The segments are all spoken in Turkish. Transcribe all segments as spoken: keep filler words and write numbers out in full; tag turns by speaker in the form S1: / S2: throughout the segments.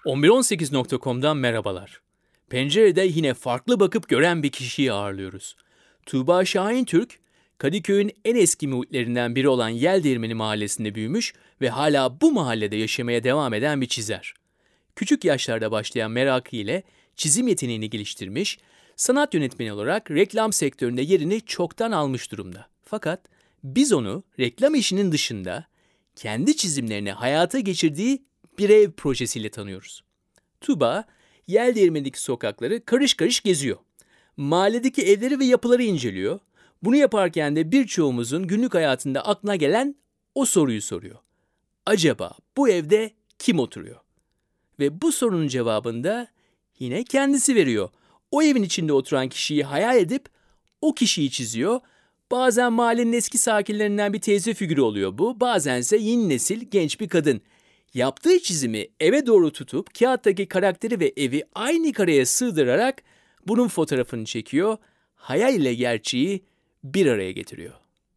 S1: on bir on sekiz nokta com'dan merhabalar. Pencerede yine farklı bakıp gören bir kişiyi ağırlıyoruz. Tuğba Şahintürk, Kadıköy'ün en eski muhitlerinden biri olan Yeldirmeni Mahallesi'nde büyümüş ve hala bu mahallede yaşamaya devam eden bir çizer. Küçük yaşlarda başlayan merakı ile çizim yeteneğini geliştirmiş, sanat yönetmeni olarak reklam sektöründe yerini çoktan almış durumda. Fakat biz onu reklam işinin dışında kendi çizimlerini hayata geçirdiği bir ev projesiyle tanıyoruz. Tuğba, Yeldirmeni'deki sokakları karış karış geziyor. Mahalledeki evleri ve yapıları inceliyor. Bunu yaparken de birçoğumuzun günlük hayatında aklına gelen o soruyu soruyor. Acaba bu evde kim oturuyor? Ve bu sorunun cevabını da yine kendisi veriyor. O evin içinde oturan kişiyi hayal edip o kişiyi çiziyor. Bazen mahallenin eski sakinlerinden bir teyze figürü oluyor bu. Bazense yeni nesil genç bir kadın. Yaptığı çizimi eve doğru tutup kağıttaki karakteri ve evi aynı kareye sığdırarak bunun fotoğrafını çekiyor. Hayal ile gerçeği bir araya getiriyor.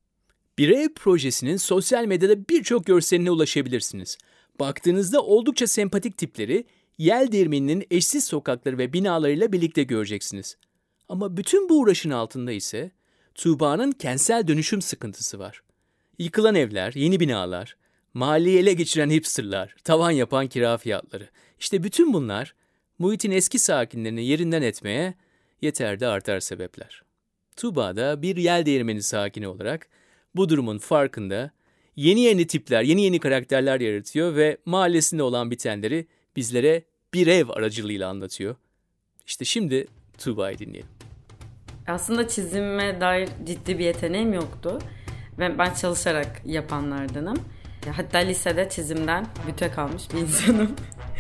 S1: Bir ev projesinin sosyal medyada birçok görseline ulaşabilirsiniz. Baktığınızda oldukça sempatik tipleri Yeldirmeni'nin eşsiz sokakları ve binalarıyla birlikte göreceksiniz. Ama bütün bu uğraşın altında ise Tuğba'nın kentsel dönüşüm sıkıntısı var. Yıkılan evler, yeni binalar, mahalleyi ele geçiren hipsterlar, tavan yapan kira fiyatları. İşte bütün bunlar muhitin eski sakinlerini yerinden etmeye yeter de artar sebepler. Tuğba da bir Yeldirmeni sakini olarak bu durumun farkında, yeni yeni tipler, yeni yeni karakterler yaratıyor ve mahallesinde olan bitenleri bizlere bir ev aracılığıyla anlatıyor. İşte şimdi Tuğba'yı dinleyelim.
S2: Aslında çizime dair ciddi bir yeteneğim yoktu ve ben çalışarak yapanlardanım. Hatta lisede çizimden büte kalmış bir insanım.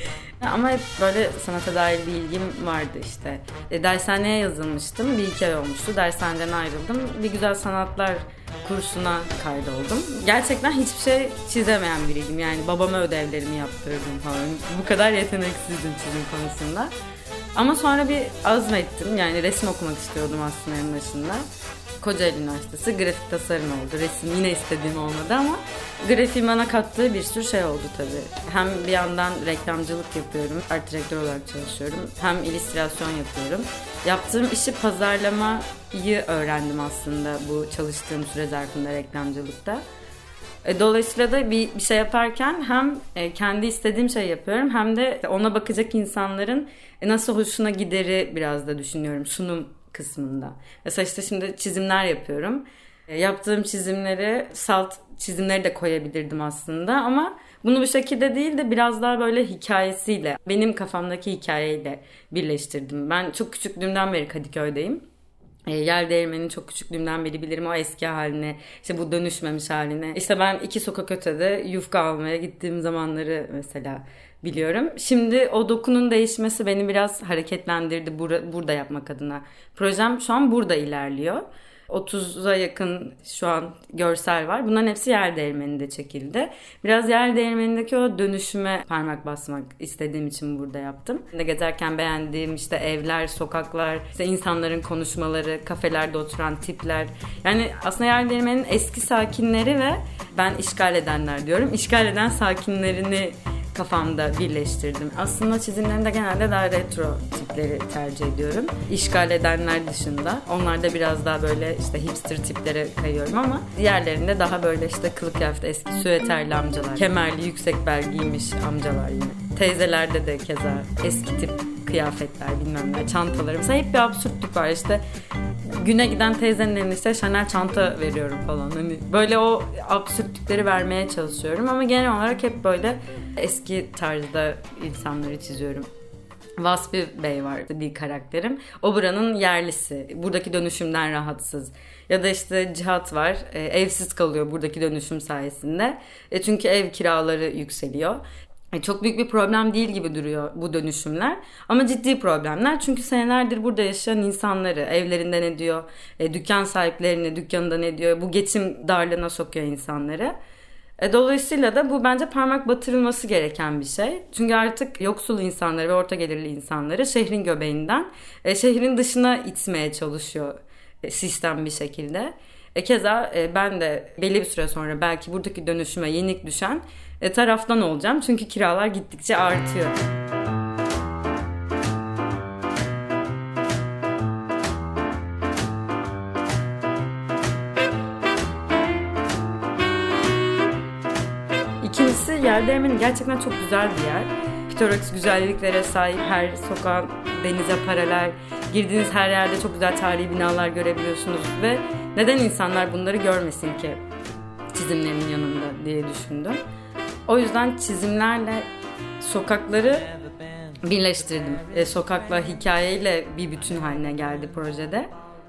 S2: Ama hep böyle sanata dair bir ilgim vardı işte. E, dershaneye yazılmıştım. Bir iki ay olmuştu. Dershaneden ayrıldım. Bir güzel sanatlar kursuna kaydoldum. Gerçekten hiçbir şey çizemeyen biriydim. Yani babama ödevlerimi yaptırdım falan. Bu kadar yeteneksizdim çizim konusunda. Ama sonra bir azmettim. Yani resim okumak istiyordum aslında en başında. Kocaeli Üniversitesi grafik tasarım oldu. Resim yine istediğim olmadı ama grafiğin bana kattığı bir sürü şey oldu tabii. Hem bir yandan reklamcılık yapıyorum, art direktör olarak çalışıyorum. Hem illüstrasyon yapıyorum. Yaptığım işi pazarlamayı öğrendim aslında bu çalıştığım süre zarfında reklamcılıkta. Dolayısıyla da bir, bir şey yaparken hem kendi istediğim şey yapıyorum hem de ona bakacak insanların nasıl hoşuna gideri biraz da düşünüyorum sunum kısmında. Mesela işte şimdi çizimler yapıyorum. Yaptığım çizimleri salt çizimleri de koyabilirdim aslında ama bunu bu şekilde değil de biraz daha böyle hikayesiyle, benim kafamdaki hikayeyle birleştirdim. Ben çok küçüklüğümden beri Kadıköy'deyim. E, Yeldirmeni'nin çok küçüklüğümden beri bilirim o eski haline, işte bu dönüşmemiş haline. İşte ben iki sokak ötede yufka almaya gittiğim zamanları mesela biliyorum. Şimdi o dokunun değişmesi beni biraz hareketlendirdi bur- burada yapmak adına. Projem şu an burada ilerliyor. otuza yakın şu an görsel var. Bunların hepsi Yeldirmeni'de çekildi. Biraz Yeldirmeni'ndeki o dönüşüme parmak basmak istediğim için burada yaptım. Gezerken beğendiğim işte evler, sokaklar, işte insanların konuşmaları, kafelerde oturan tipler. Yani aslında Yeldirmeni'nin eski sakinleri ve ben işgal edenler diyorum. İşgal eden sakinlerini kafamda birleştirdim. Aslında çizimlerinde genelde daha retro tipleri tercih ediyorum. İşgal edenler dışında. Onlarda biraz daha böyle işte hipster tiplere kayıyorum ama diğerlerinde daha böyle işte kılık kıyafet eski süeterli amcalar, kemerli yüksek bel giymiş amcalar yine. Teyzelerde de keza eski tip kıyafetler bilmem ne, çantaları. Mesela hep bir absürtlük var işte. Güne giden teyzenin eline işte Chanel çanta veriyorum falan. Hani böyle o absürtlükleri vermeye çalışıyorum ama genel olarak hep böyle eski tarzda insanları çiziyorum. Vasfi Bey var bir karakterim. O buranın yerlisi. Buradaki dönüşümden rahatsız. Ya da işte Cihat var. E, evsiz kalıyor buradaki dönüşüm sayesinde. E, çünkü ev kiraları yükseliyor. Çok büyük bir problem değil gibi duruyor bu dönüşümler. Ama ciddi problemler. Çünkü senelerdir burada yaşayan insanları, evlerinden ediyor, e, dükkan sahiplerini, dükkanından ediyor. Bu geçim darlığına sokuyor insanları. E, dolayısıyla da bu bence parmak batırılması gereken bir şey. Çünkü artık yoksul insanları ve orta gelirli insanları şehrin göbeğinden e, şehrin dışına itmeye çalışıyor e, sistem bir şekilde. E, keza e, ben de belli bir süre sonra belki buradaki dönüşüme yenik düşen e, taraftan olacağım. Çünkü kiralar gittikçe artıyor. Yeldeğmeni gerçekten çok güzel bir yer. Pitoresk güzelliklere sahip, her sokağın denize paralel. Girdiğiniz her yerde çok güzel tarihi binalar görebiliyorsunuz ve neden insanlar bunları görmesin ki çizimlerin yanında diye düşündüm. O yüzden çizimlerle sokakları birleştirdim. E, sokakla, hikayeyle bir bütün haline geldi projede.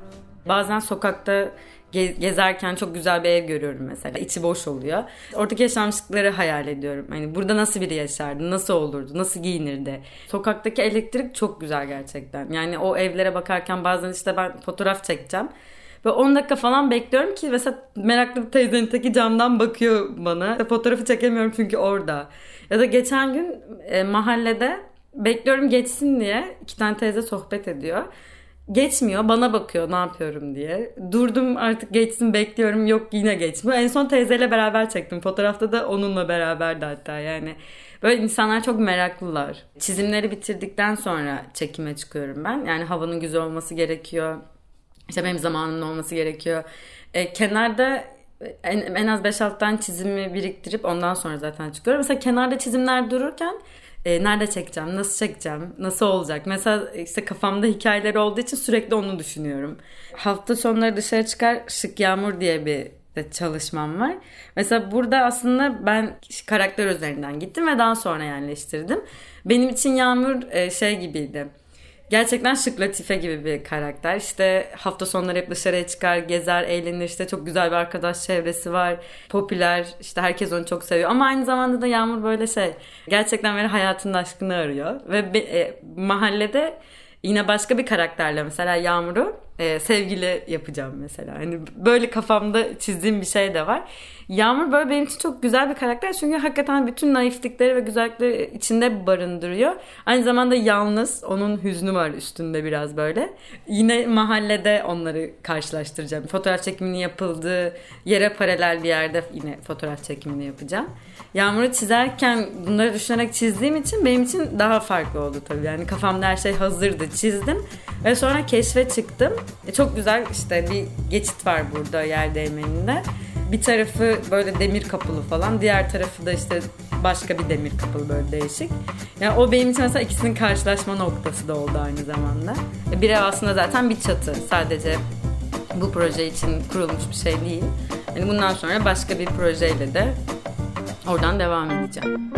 S2: Bazen sokakta ge- gezerken çok güzel bir ev görüyorum mesela. İçi boş oluyor. Oradaki yaşanmışlıkları hayal ediyorum. Hani burada nasıl biri yaşardı, nasıl olurdu, nasıl giyinirdi. Sokaktaki elektrik çok güzel gerçekten. Yani o evlere bakarken bazen işte ben fotoğraf çekeceğim. Ve on dakika falan bekliyorum ki mesela meraklı bir teyzenin teki camdan bakıyor bana. Fotoğrafı çekemiyorum çünkü orada. Ya da geçen gün e, mahallede bekliyorum geçsin diye iki tane teyze sohbet ediyor. Geçmiyor, bana bakıyor ne yapıyorum diye. Durdum artık geçsin bekliyorum, yok yine geçmiyor. En son teyzeyle beraber çektim. Fotoğrafta da onunla beraberdi hatta yani. Böyle insanlar çok meraklılar. Çizimleri bitirdikten sonra çekime çıkıyorum ben. Yani havanın güzel olması gerekiyor. İşte benim zamanımın olması gerekiyor. E, kenarda en, en az beş altı tane çizimi biriktirip ondan sonra zaten çıkıyorum. Mesela kenarda çizimler dururken e, nerede çekeceğim, nasıl çekeceğim, nasıl olacak? Mesela işte kafamda hikayeler olduğu için sürekli onu düşünüyorum. Hafta sonları dışarı çıkar Şık Yağmur diye bir de çalışmam var. Mesela burada aslında ben karakter üzerinden gittim ve daha sonra yerleştirdim. Benim için Yağmur e, şey gibiydi. Gerçekten Şık Latife gibi bir karakter. İşte hafta sonları hep dışarıya çıkar, gezer, eğlenir. İşte çok güzel bir arkadaş çevresi var. Popüler, işte herkes onu çok seviyor. Ama aynı zamanda da Yağmur böyle şey, gerçekten böyle hayatının aşkını arıyor. Ve be, e, mahallede yine başka bir karakterle mesela Yağmur'u e, sevgili yapacağım mesela. Hani böyle kafamda çizdiğim bir şey de var. Yağmur böyle benim için çok güzel bir karakter. Çünkü hakikaten bütün naiflikleri ve güzellikleri içinde barındırıyor. Aynı zamanda yalnız. Onun hüznü var üstünde biraz böyle. Yine mahallede onları karşılaştıracağım. Fotoğraf çekimini yapıldığı yere paralel bir yerde yine fotoğraf çekimini yapacağım. Yağmur'u çizerken bunları düşünerek çizdiğim için benim için daha farklı oldu tabii. Yani kafamda her şey hazırdı. Çizdim ve sonra keşfe çıktım. E çok güzel işte bir geçit var burada Yeldeğmeni'nde. Bir tarafı böyle demir kapılı falan. Diğer tarafı da işte başka bir demir kapılı böyle değişik. Yani o benim için mesela ikisinin karşılaşma noktası da oldu aynı zamanda. Bir ev aslında zaten bir çatı. Sadece bu proje için kurulmuş bir şey değil. Yani bundan sonra başka bir projeyle de oradan devam edeceğim.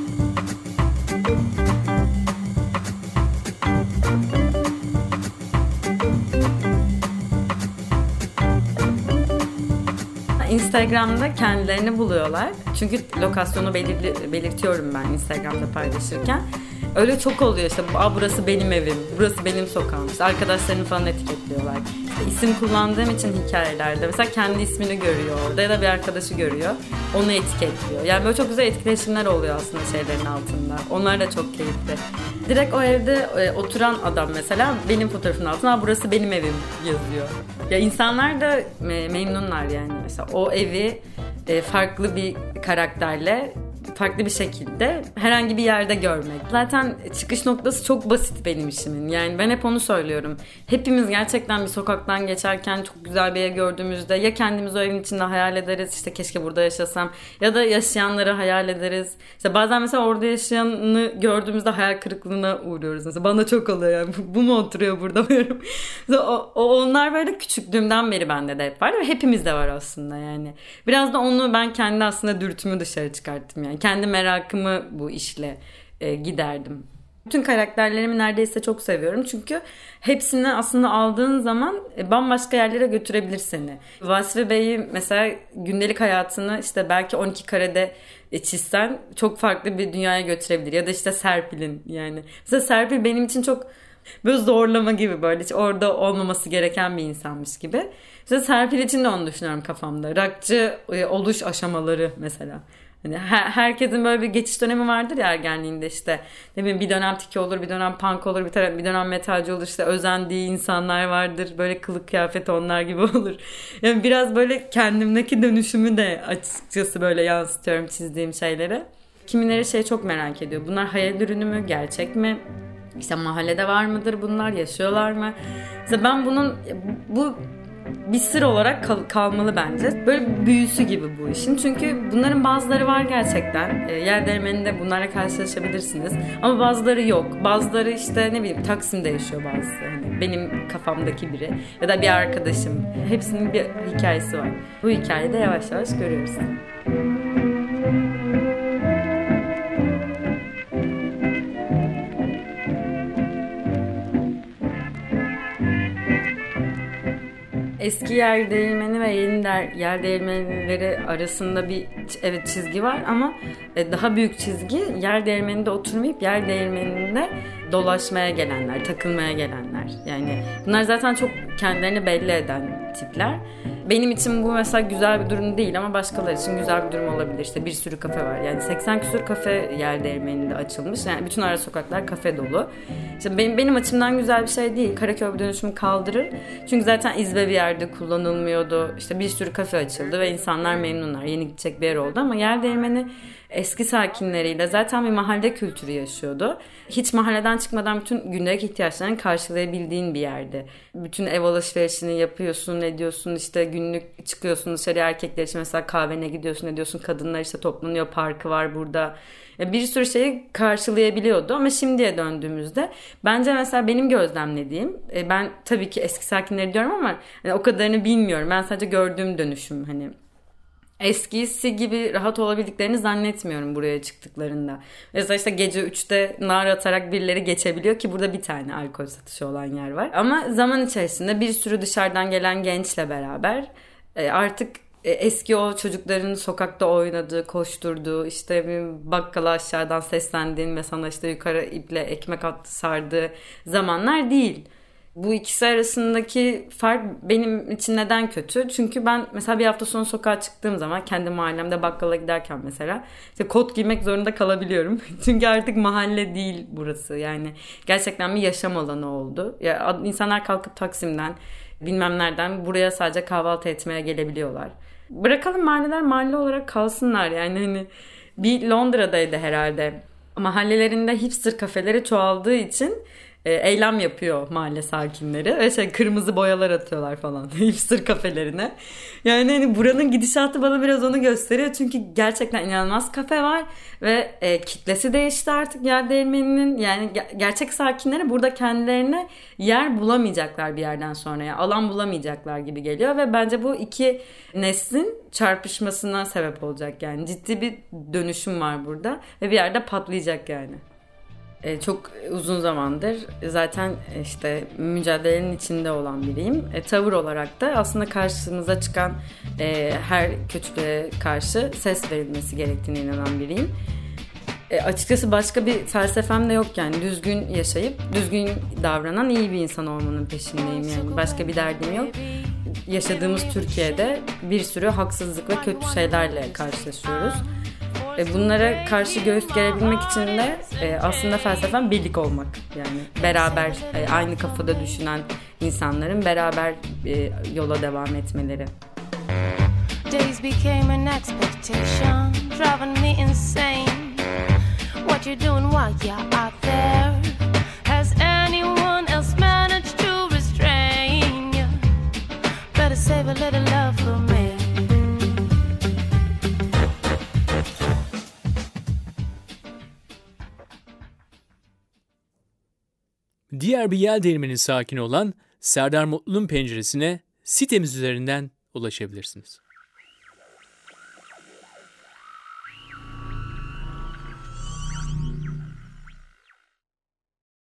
S2: Instagram'da kendilerini buluyorlar. Çünkü lokasyonu belirli, belirtiyorum ben Instagram'da paylaşırken. Öyle çok oluyor işte. Aa, burası benim evim, burası benim sokağım. İşte arkadaşlarını falan etiketliyorlar. İşte isim kullandığım için hikayelerde mesela kendi ismini görüyor orada ya da bir arkadaşı görüyor. Onu etiketliyor. Yani böyle çok güzel etkileşimler oluyor aslında şeylerin altında. Onlar da çok keyifli. Direkt o evde e, oturan adam mesela benim fotoğrafımın altına burası benim evim yazıyor. Ya insanlar da e, memnunlar yani. Mesela o evi e, farklı bir karakterle farklı bir şekilde herhangi bir yerde görmek. Zaten çıkış noktası çok basit benim işimin. Yani ben hep onu söylüyorum. Hepimiz gerçekten bir sokaktan geçerken çok güzel bir ev gördüğümüzde ya kendimizi o evin içinde hayal ederiz. İşte keşke burada yaşasam. Ya da yaşayanları hayal ederiz. İşte bazen mesela orada yaşayanı gördüğümüzde hayal kırıklığına uğruyoruz. Mesela bana çok oluyor yani. Bu mu oturuyor burada diyorum. o, o, onlar böyle küçüklüğümden beri bende de hep var. Ve hepimizde var aslında yani. Biraz da onu ben kendi aslında dürtümü dışarı çıkarttım yani. Kendi merakımı bu işle e, giderdim. Bütün karakterlerimi neredeyse çok seviyorum. Çünkü hepsini aslında aldığın zaman e, bambaşka yerlere götürebilir seni. Vasfi Bey'i mesela gündelik hayatını işte belki on iki karede e, çizsen çok farklı bir dünyaya götürebilir. Ya da işte Serpil'in yani. Mesela Serpil benim için çok böyle zorlama gibi böyle hiç orada olmaması gereken bir insanmış gibi. İşte Serpil için de onu düşünüyorum kafamda. Rockçı e, oluş aşamaları mesela. Yani her, herkesin böyle bir geçiş dönemi vardır ya ergenliğinde işte. Ne bileyim bir dönem tiki olur, bir dönem punk olur, bir, taraf, bir dönem metalci olur. İşte özendiği insanlar vardır. Böyle kılık kıyafet onlar gibi olur. Yani biraz böyle kendimdeki dönüşümü de açıkçası böyle yansıtıyorum çizdiğim şeylere. Kimileri şey çok merak ediyor. Bunlar hayal ürünü mü, gerçek mi? İşte mahallede var mıdır bunlar, yaşıyorlar mı? Mesela ben bunun bu bir sır olarak kal- kalmalı bence. Böyle büyüsü gibi bu işin. Çünkü bunların bazıları var gerçekten. E, yer değirmeninde bunlarla karşılaşabilirsiniz. Ama bazıları yok. Bazıları işte ne bileyim Taksim'de yaşıyor bazısı. Hani benim kafamdaki biri ya da bir arkadaşım. Hepsinin bir hikayesi var. Bu hikayeyi de yavaş yavaş görüyoruz. Eski yer değirmeni ve yeni der, yer değirmenleri arasında bir evet çizgi var ama daha büyük çizgi yer değirmeninde oturmayıp yer değirmeninde dolaşmaya gelenler, takılmaya gelenler. Yani bunlar zaten çok kendilerini belli eden tipler. Benim için bu mesela güzel bir durum değil ama başkaları için güzel bir durum olabilir. İşte bir sürü kafe var. Yani seksen küsur kafe yer değirmeninde açılmış. Yani bütün ara sokaklar kafe dolu. İşte benim, benim açımdan güzel bir şey değil. Karaköy bu dönüşümü kaldırır. Çünkü zaten izbe bir yerde kullanılmıyordu. İşte bir sürü kafe açıldı ve insanlar memnunlar. Yeni gidecek bir yer oldu ama yer değirmeni eski sakinleriyle zaten bir mahalle kültürü yaşıyordu. Hiç mahalleden çıkmadan bütün gündelik ihtiyaçlarını karşılayabildiğin bir yerdi. Bütün ev alışverişini yapıyorsun, ediyorsun, işte günlük çıkıyorsun dışarıya erkekler için mesela kahvene gidiyorsun, ediyorsun, kadınlar işte toplanıyor, parkı var burada. Bir sürü şeyi karşılayabiliyordu ama şimdiye döndüğümüzde bence mesela benim gözlemlediğim, ben tabii ki eski sakinleri diyorum ama o kadarını bilmiyorum. Ben sadece gördüğüm dönüşüm hani. Eskisi gibi rahat olabildiklerini zannetmiyorum buraya çıktıklarında. Mesela işte gece üçte nar atarak birileri geçebiliyor ki burada bir tane alkol satışı olan yer var. Ama zaman içerisinde bir sürü dışarıdan gelen gençle beraber artık eski o çocukların sokakta oynadığı, koşturduğu, işte bir bakkala aşağıdan seslendiğin ve sana işte yukarı iple ekmek attı sardığı zamanlar değil. Bu ikisi arasındaki fark benim için neden kötü? Çünkü ben mesela bir hafta sonu sokağa çıktığım zaman kendi mahallemde bakkala giderken mesela işte kot giymek zorunda kalabiliyorum. Çünkü artık mahalle değil burası. Yani gerçekten bir yaşam alanı oldu. Ya insanlar kalkıp Taksim'den bilmem nereden buraya sadece kahvaltı etmeye gelebiliyorlar. Bırakalım mahalleler mahalle olarak kalsınlar. Yani hani bir Londra'daydı herhalde. Mahallelerinde hipster kafeleri çoğaldığı için eylem yapıyor mahalle sakinleri ve şey kırmızı boyalar atıyorlar falan hipster kafelerine. Yani hani buranın gidişatı bana biraz onu gösteriyor çünkü gerçekten inanılmaz kafe var ve e, kitlesi değişti artık yer değirmeninin. Yani ge- gerçek sakinleri burada kendilerine yer bulamayacaklar bir yerden sonra, yani alan bulamayacaklar gibi geliyor ve bence bu iki neslin çarpışmasına sebep olacak. Yani ciddi bir dönüşüm var burada ve bir yerde patlayacak yani. Çok uzun zamandır zaten işte mücadelenin içinde olan biriyim. E, tavır olarak da aslında karşımıza çıkan e, her kötülüğe karşı ses verilmesi gerektiğine inanan biriyim. E, açıkçası başka bir felsefem de yok yani. Düzgün yaşayıp düzgün davranan iyi bir insan olmanın peşindeyim yani. Başka bir derdim yok. Yaşadığımız Türkiye'de bir sürü haksızlık ve kötü şeylerle karşılaşıyoruz. Bunlara karşı göğüs gerebilmek için de aslında felsefem birlik olmak. Yani beraber aynı kafada düşünen insanların beraber yola devam etmeleri. Days became an expectation, driving me insane. What you doing while you're out there? Has anyone else managed to restrain you? Better save a little love for me.
S1: Diğer bir yel değirmenin sakini olan Serdar Mutlu'nun penceresine sitemiz üzerinden ulaşabilirsiniz.